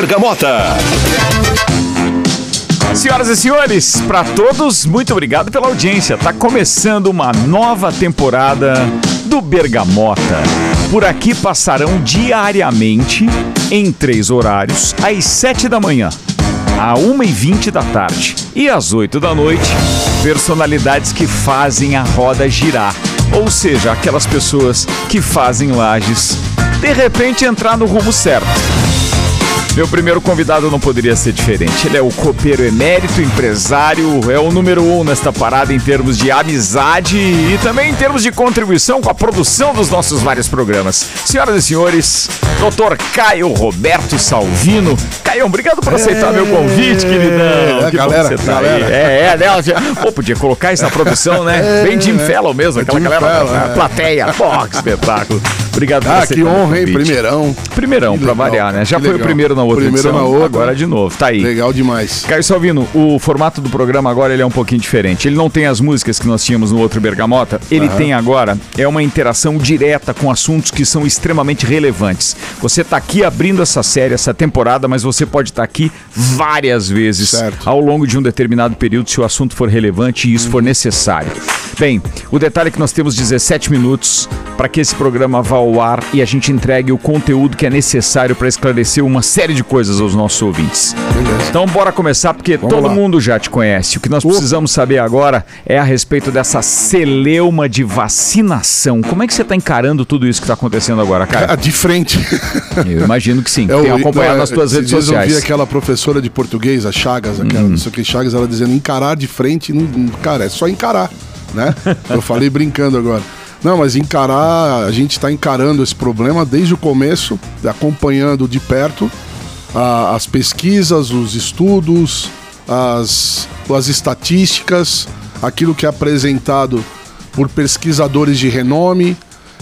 Bergamota. Senhoras e senhores, para todos, muito obrigado pela audiência. Tá começando uma nova temporada do Bergamota. Por aqui passarão diariamente, em 3 horários, às 7 da manhã, à 1h20 da tarde e às 8 da noite, personalidades que fazem a roda girar. Ou seja, aquelas pessoas que fazem Lages de repente entrar no rumo certo. Meu primeiro convidado não poderia ser diferente. Ele é o copeiro emérito, empresário, é o número 1 nesta parada em termos de amizade e também em termos de contribuição com a produção dos nossos vários programas. Senhoras e senhores, Dr. Caio Roberto Salvino. Caio, obrigado por aceitar meu convite, queridão. Que galera, bom que você tá aí. Né? Pô, podia colocar isso na produção, né? Bem Jim Fellow mesmo, aquela galera, plateia. Pô, que espetáculo. Obrigado por aceitar. Que honra, hein? Primeirão Pra variar, né? Já foi o primeiro na outra edição, agora de novo. Tá aí. Legal demais. Caio Salvino, o formato do programa agora ele é um pouquinho diferente. Ele não tem as músicas que nós tínhamos no outro Bergamota. Ele tem agora uma interação direta com assuntos que são extremamente relevantes. Você tá aqui abrindo essa série, essa temporada, mas você pode estar aqui várias vezes ao longo de um determinado período se o assunto for relevante e isso for necessário. Bem, o detalhe é que nós temos 17 minutos para que esse programa vá ao ar e a gente entregue o conteúdo que é necessário para esclarecer uma série de coisas aos nossos ouvintes. Beleza. Então bora começar porque todo mundo já te conhece. O que nós precisamos saber agora é a respeito dessa celeuma de vacinação. Como é que você está encarando tudo isso que está acontecendo agora, cara? De frente. Eu imagino que sim. Tenho acompanhado nas tuas redes sociais. Eu vi aquela professora de português, a Chagas, aquela, não sei o que Chagas, ela dizendo encarar de frente. Cara, é só encarar, né? Eu falei brincando agora. Não, mas a gente está encarando esse problema desde o começo, acompanhando de perto as pesquisas, os estudos, as estatísticas, aquilo que é apresentado por pesquisadores de renome,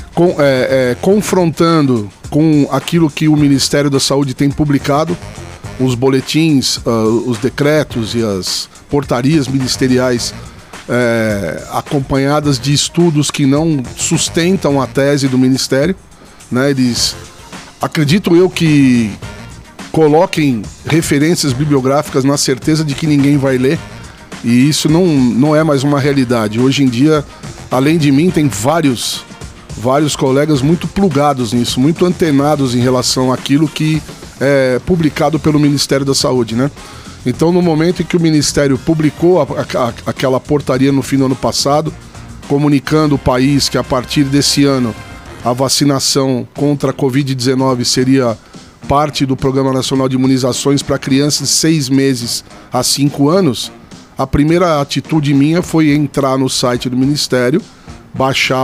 confrontando com aquilo que o Ministério da Saúde tem publicado, os boletins, os decretos e as portarias ministeriais acompanhadas de estudos que não sustentam a tese do Ministério, né? Eles, acredito eu, que coloquem referências bibliográficas na certeza de que ninguém vai ler, e isso não é mais uma realidade. Hoje em dia, além de mim, tem vários colegas muito plugados nisso, muito antenados em relação àquilo que é publicado pelo Ministério da Saúde, né? Então, no momento em que o Ministério publicou aquela portaria no fim do ano passado, comunicando o país que a partir desse ano a vacinação contra a Covid-19 seria parte do Programa Nacional de Imunizações para crianças de 6 meses a 5 anos, a primeira atitude minha foi entrar no site do Ministério, baixar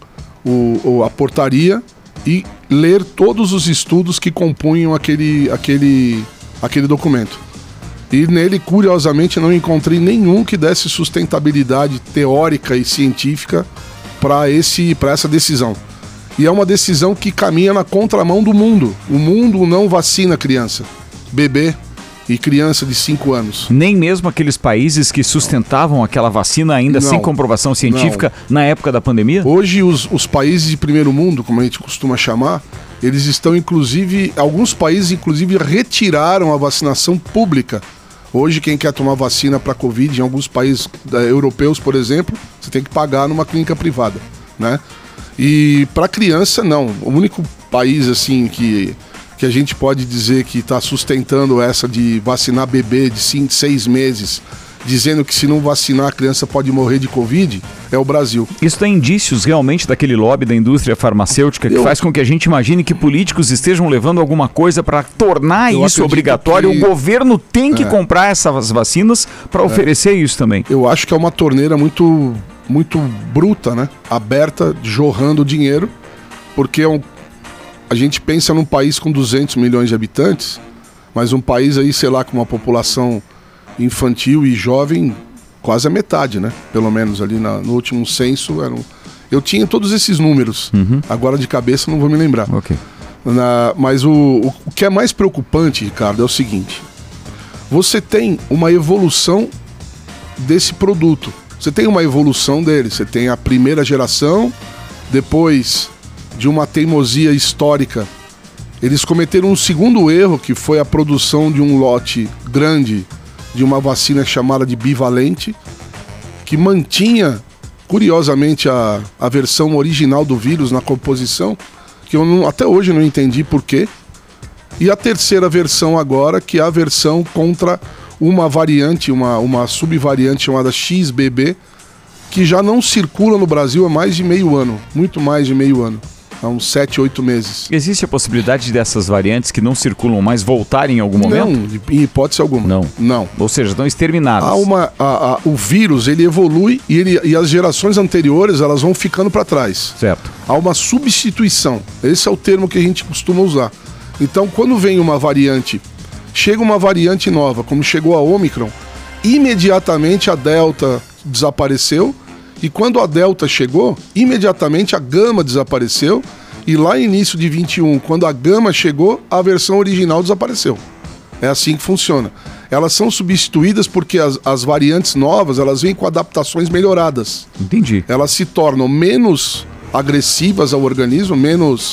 a portaria e ler todos os estudos que compunham aquele documento. E nele, curiosamente, não encontrei nenhum que desse sustentabilidade teórica e científica para essa decisão. E é uma decisão que caminha na contramão do mundo. O mundo não vacina criança, bebê e criança de 5 anos. Nem mesmo aqueles países que sustentavam aquela vacina ainda sem comprovação científica na época da pandemia? Hoje, os países de primeiro mundo, como a gente costuma chamar, eles estão, inclusive, alguns países, inclusive, retiraram a vacinação pública. Hoje, quem quer tomar vacina para Covid, em alguns países europeus, por exemplo, você tem que pagar numa clínica privada, né? E para criança, não. O único país, assim, que a gente pode dizer que está sustentando essa de vacinar bebê de 5, 6 meses, dizendo que se não vacinar a criança pode morrer de Covid, é o Brasil. Isso tem indícios realmente daquele lobby da indústria farmacêutica que faz com que a gente imagine que políticos estejam levando alguma coisa para tornar isso obrigatório. O governo tem que comprar essas vacinas para oferecer isso também. Eu acho que é uma torneira muito, muito bruta, né? Aberta, jorrando dinheiro, porque a gente pensa num país com 200 milhões de habitantes, mas um país aí, sei lá, com uma população infantil e jovem quase a metade, né? Pelo menos ali no último censo eu tinha todos esses números. Agora de cabeça não vou me lembrar. Mas o que é mais preocupante, Ricardo, é o seguinte: você tem uma evolução desse produto. Você tem uma evolução dele. Você tem a primeira geração, depois de uma teimosia histórica Eles cometeram um segundo erro, que foi a produção de um lote grande de uma vacina chamada de bivalente, que mantinha, curiosamente, a versão original do vírus na composição, que até hoje não entendi por quê. E a terceira versão agora, que é a versão contra uma variante, uma subvariante chamada XBB, que já não circula no Brasil há mais de meio ano, muito mais de meio ano. Há uns 7, 8 meses. Existe a possibilidade dessas variantes que não circulam mais voltarem em algum momento? Não, em hipótese alguma. Não. Ou seja, estão exterminadas. O vírus, ele evolui e as gerações anteriores, elas vão ficando para trás. Certo. Há uma substituição. Esse é o termo que a gente costuma usar. Então, quando vem uma variante, chega uma variante nova, como chegou a Ômicron, imediatamente a Delta desapareceu. E quando a Delta chegou, imediatamente a Gama desapareceu. E lá no início de 21, quando a Gama chegou, a versão original desapareceu. É assim que funciona. Elas são substituídas porque as variantes novas, elas vêm com adaptações melhoradas. Entendi. Elas se tornam menos agressivas ao organismo, menos...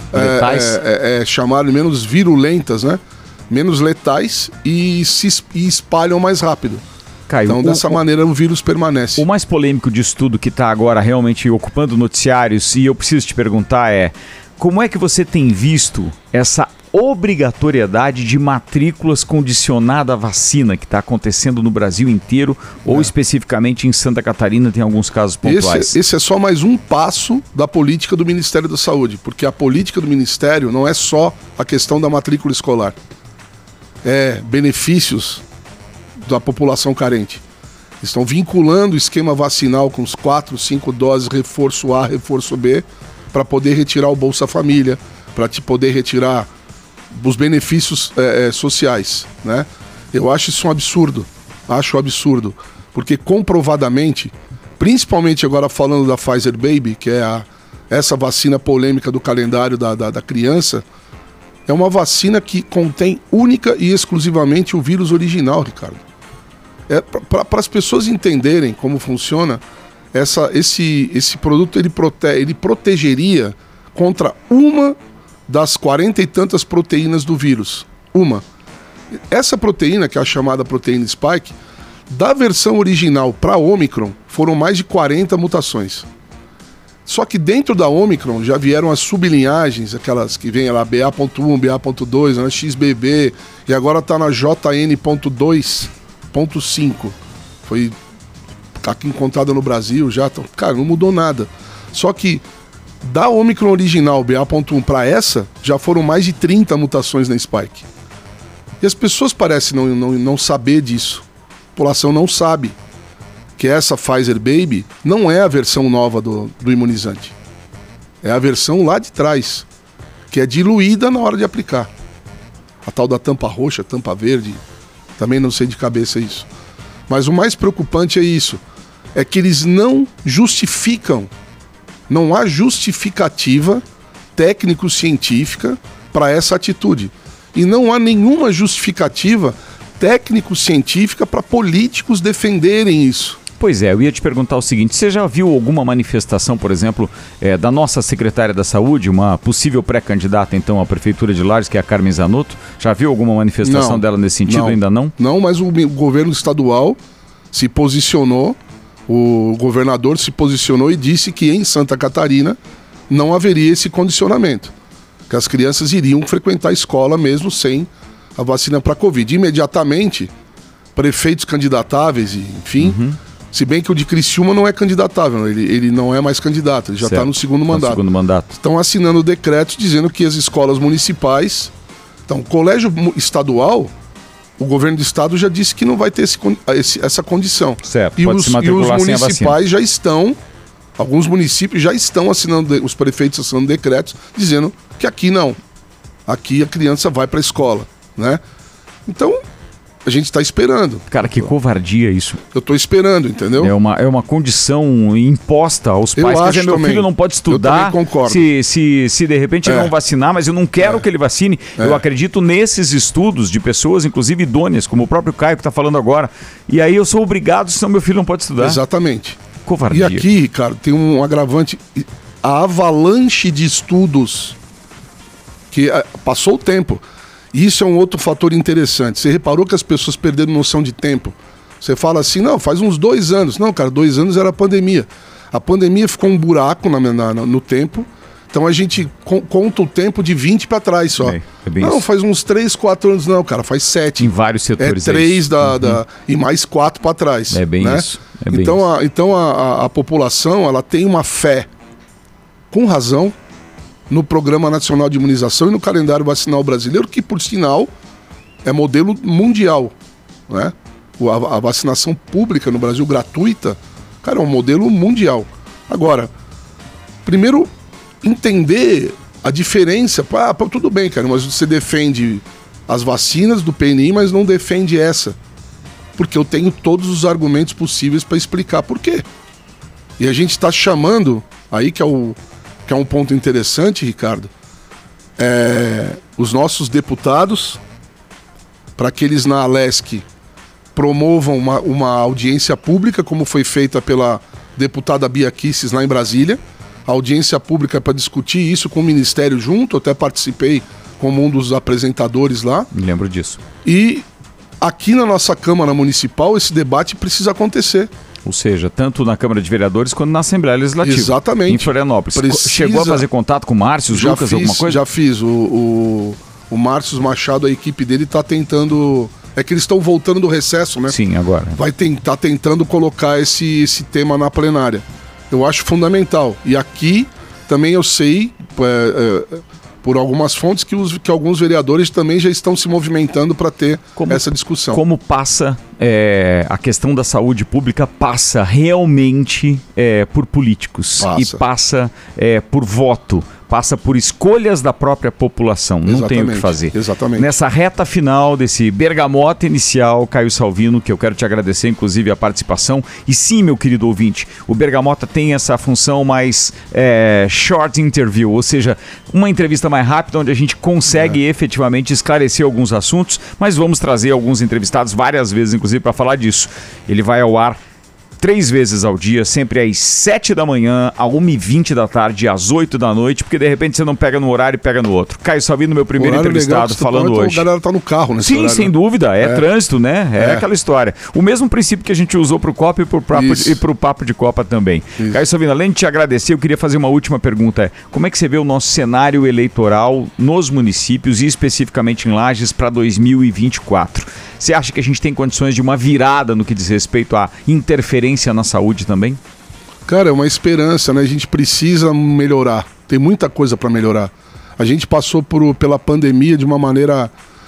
menos virulentas, né? Menos letais e espalham mais rápido. Caio, então, dessa maneira, o vírus permanece. O mais polêmico disso tudo que está agora realmente ocupando noticiários, e eu preciso te perguntar como é que você tem visto essa obrigatoriedade de matrículas condicionada à vacina que está acontecendo no Brasil inteiro, ou especificamente em Santa Catarina, tem alguns casos pontuais? Esse é só mais um passo da política do Ministério da Saúde, porque a política do Ministério não é só a questão da matrícula escolar. É benefícios da população carente. Estão vinculando o esquema vacinal com os 4, 5 doses, reforço A, reforço B, para poder retirar o Bolsa Família, para poder retirar os benefícios sociais, né? Eu acho isso um absurdo. Acho absurdo. Porque comprovadamente, principalmente agora falando da Pfizer Baby, que é essa vacina polêmica do calendário da criança, é uma vacina que contém única e exclusivamente o vírus original, Ricardo. Para as pessoas entenderem como funciona, esse produto ele protegeria contra uma das 40 e tantas proteínas do vírus. Uma. Essa proteína, que é a chamada proteína Spike, da versão original para Ômicron, foram mais de 40 mutações. Só que dentro da Ômicron já vieram as sublinhagens, aquelas que vêm lá BA.1, BA.2, né, XBB, e agora está na JN.2.5. Foi aqui encontrada no Brasil já. Então, cara, não mudou nada. Só que da Ômicron original BA.1 para essa, já foram mais de 30 mutações na Spike. E as pessoas parecem não saber disso. A população não sabe que essa Pfizer Baby não é a versão nova do imunizante. É a versão lá de trás, que é diluída na hora de aplicar. A tal da tampa roxa, tampa verde, também não sei de cabeça isso. Mas o mais preocupante é isso, é que eles não justificam, não há justificativa técnico-científica para essa atitude. E não há nenhuma justificativa técnico-científica para políticos defenderem isso. Pois é, eu ia te perguntar o seguinte, você já viu alguma manifestação, por exemplo, da nossa secretária da Saúde, uma possível pré-candidata, então, à Prefeitura de Lages, que é a Carmen Zanotto? Já viu alguma manifestação dela nesse sentido? Ainda não? Não, mas o governo estadual se posicionou, o governador se posicionou e disse que em Santa Catarina não haveria esse condicionamento, que as crianças iriam frequentar a escola mesmo sem a vacina para Covid. Imediatamente, prefeitos candidatáveis, enfim... Se bem que o de Criciúma não é candidatável, ele não é mais candidato, ele já está no segundo mandato. Estão assinando decretos dizendo que as escolas municipais... Então, o colégio estadual, o governo do estado já disse que não vai ter essa condição. Certo, e os municipais já estão, alguns municípios já estão assinando, os prefeitos assinando decretos dizendo que aqui não. Aqui a criança vai para a escola, né? Então... A gente está esperando. Cara, que covardia isso. Eu estou esperando, entendeu? É uma condição imposta aos pais. Quer dizer, meu filho não pode estudar. Eu também concordo. Se de repente ele não vacinar, mas eu não quero que ele vacine. Eu acredito nesses estudos de pessoas, inclusive idôneas, como o próprio Caio que está falando agora. E aí eu sou obrigado, senão meu filho não pode estudar. Exatamente. Covardia. E aqui, cara, tem um agravante. A avalanche de estudos Que passou o tempo. E isso é um outro fator interessante. Você reparou que as pessoas perderam noção de tempo? Você fala assim, não, faz uns 2 anos. Não, cara, 2 anos era a pandemia. A pandemia ficou um buraco no tempo. Então a gente conta o tempo de 20 para trás só. Não, faz uns 3, 4 anos. Não, cara, faz 7. Em vários setores. 3 e mais 4 para trás. É bem né? isso. Então a população ela tem uma fé, com razão, no Programa Nacional de Imunização e no calendário vacinal brasileiro, que, por sinal, é modelo mundial. Né? A vacinação pública no Brasil, gratuita, cara, é um modelo mundial. Agora, primeiro, entender a diferença. Tudo bem, cara, mas você defende as vacinas do PNI, mas não defende essa. Porque eu tenho todos os argumentos possíveis para explicar por quê. E a gente está chamando, aí que é um ponto interessante, Ricardo, os nossos deputados, para que eles na Alesc promovam uma audiência pública, como foi feita pela deputada Bia Kicis lá em Brasília. A audiência pública para discutir isso com o Ministério junto, eu até participei como um dos apresentadores lá. Me lembro disso. E aqui na nossa Câmara Municipal esse debate precisa acontecer. Ou seja, tanto na Câmara de Vereadores quanto na Assembleia Legislativa. Exatamente. Em Florianópolis. Chegou a fazer contato com o Márcio, Lucas, alguma coisa? Já fiz. O Márcio Machado, a equipe dele está tentando... É que eles estão voltando do recesso, né? Sim, agora. Tá tentando colocar esse tema na plenária. Eu acho fundamental. E aqui também eu sei, por algumas fontes, que alguns vereadores também já estão se movimentando para ter essa discussão. Como passa a questão da saúde pública, passa realmente por políticos. E passa por voto. Passa por escolhas da própria população. Não tem o que fazer. Exatamente. Nessa reta final desse Bergamota inicial, Caio Salvino, que eu quero te agradecer, inclusive, a participação. E sim, meu querido ouvinte, o Bergamota tem essa função mais short interview, ou seja, uma entrevista mais rápida, onde a gente consegue efetivamente esclarecer alguns assuntos, mas vamos trazer alguns entrevistados várias vezes, inclusive, para falar disso. Ele vai ao ar 3 vezes ao dia, sempre às 7 da manhã, às 1h20 da tarde, às 8 da noite, porque de repente você não pega no horário e pega no outro. Caio Salvino, meu primeiro entrevistado, falando hoje. A galera tá no carro, né? Sim, sem dúvida, trânsito, né? Aquela história. O mesmo princípio que a gente usou pro Copa e pro Papo de Copa também. Isso. Caio Salvino, além de te agradecer, eu queria fazer uma última pergunta. Como é que você vê o nosso cenário eleitoral nos municípios e especificamente em Lages para 2024? Você acha que a gente tem condições de uma virada no que diz respeito à interferência na saúde também? Cara, é uma esperança, né? A gente precisa melhorar. Tem muita coisa para melhorar. A gente passou pela pandemia de uma maneira,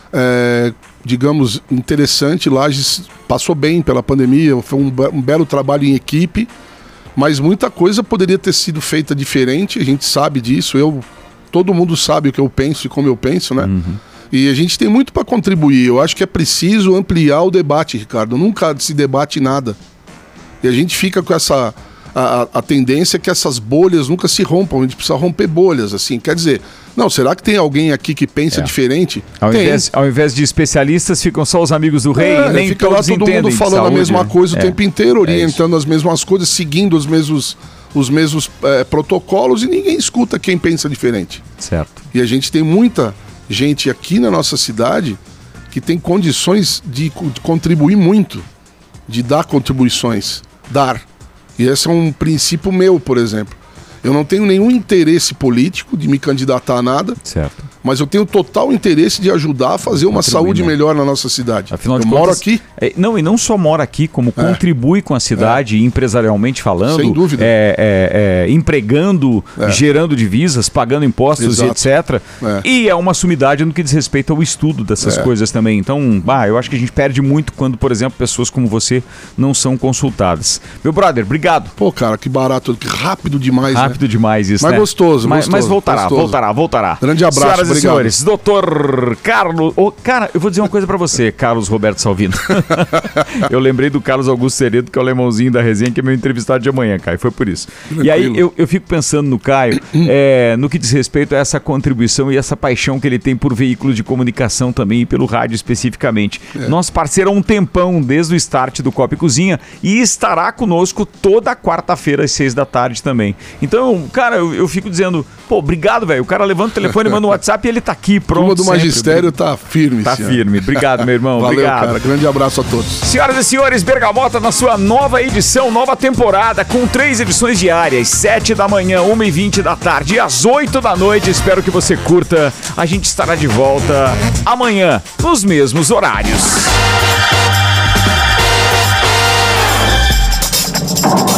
digamos, interessante. Lages passou bem pela pandemia, foi um belo trabalho em equipe, mas muita coisa poderia ter sido feita diferente. A gente sabe disso. Todo mundo sabe o que eu penso e como eu penso, né? Uhum. E a gente tem muito para contribuir. Eu acho que é preciso ampliar o debate, Ricardo. Nunca se debate nada. E a gente fica com essa... A tendência é que essas bolhas nunca se rompam. A gente precisa romper bolhas, assim. Quer dizer, não, será que tem alguém aqui que pensa diferente? Ao invés de especialistas, ficam só os amigos do rei e nem fica todos lá todo mundo falando saúde, a mesma coisa o tempo inteiro, orientando as mesmas coisas, seguindo os mesmos protocolos, e ninguém escuta quem pensa diferente. Certo. E a gente tem muita gente aqui na nossa cidade que tem condições de contribuir muito, de dar contribuições, E esse é um princípio meu, por exemplo. Eu não tenho nenhum interesse político de me candidatar a nada. Certo. Mas eu tenho total interesse de ajudar a fazer uma saúde melhor na nossa cidade. Afinal de contas, moro aqui. E não só mora aqui, como contribui com a cidade, empresarialmente falando. Sem dúvida. Empregando, gerando divisas, pagando impostos, etc. E é uma sumidade no que diz respeito ao estudo dessas coisas também. Então, eu acho que a gente perde muito quando, por exemplo, pessoas como você não são consultadas. Meu brother, obrigado. Pô, cara, que barato, que rápido demais, Rápido demais isso, mas né? Gostoso. Mas voltará. Grande abraço, senhoras obrigado. E senhores, doutor Carlos... cara, eu vou dizer uma coisa pra você, Carlos Roberto Salvino. Eu lembrei do Carlos Augusto Ceredo, que é o alemãozinho da resenha, que é meu entrevistado de amanhã, Caio, foi por isso. Tranquilo. E aí eu fico pensando no Caio, no que diz respeito a essa contribuição e essa paixão que ele tem por veículos de comunicação também e pelo rádio especificamente. Nosso parceiro há um tempão, desde o start do Copa e Cozinha, e estará conosco toda quarta-feira às 6 da tarde também. Então, cara, eu fico dizendo, obrigado, velho. O cara levanta o telefone, manda um WhatsApp WhatsApp, ele tá aqui, pronto. Turma do Magistério tá firme. Tá firme. Obrigado, meu irmão. Valeu, Obrigado. cara. Grande abraço a todos. Senhoras e senhores, Bergamota na sua nova edição, nova temporada, com 3 edições diárias, 7 da manhã, 1h20 da tarde e às 8 da noite. Espero que você curta. A gente estará de volta amanhã, nos mesmos horários.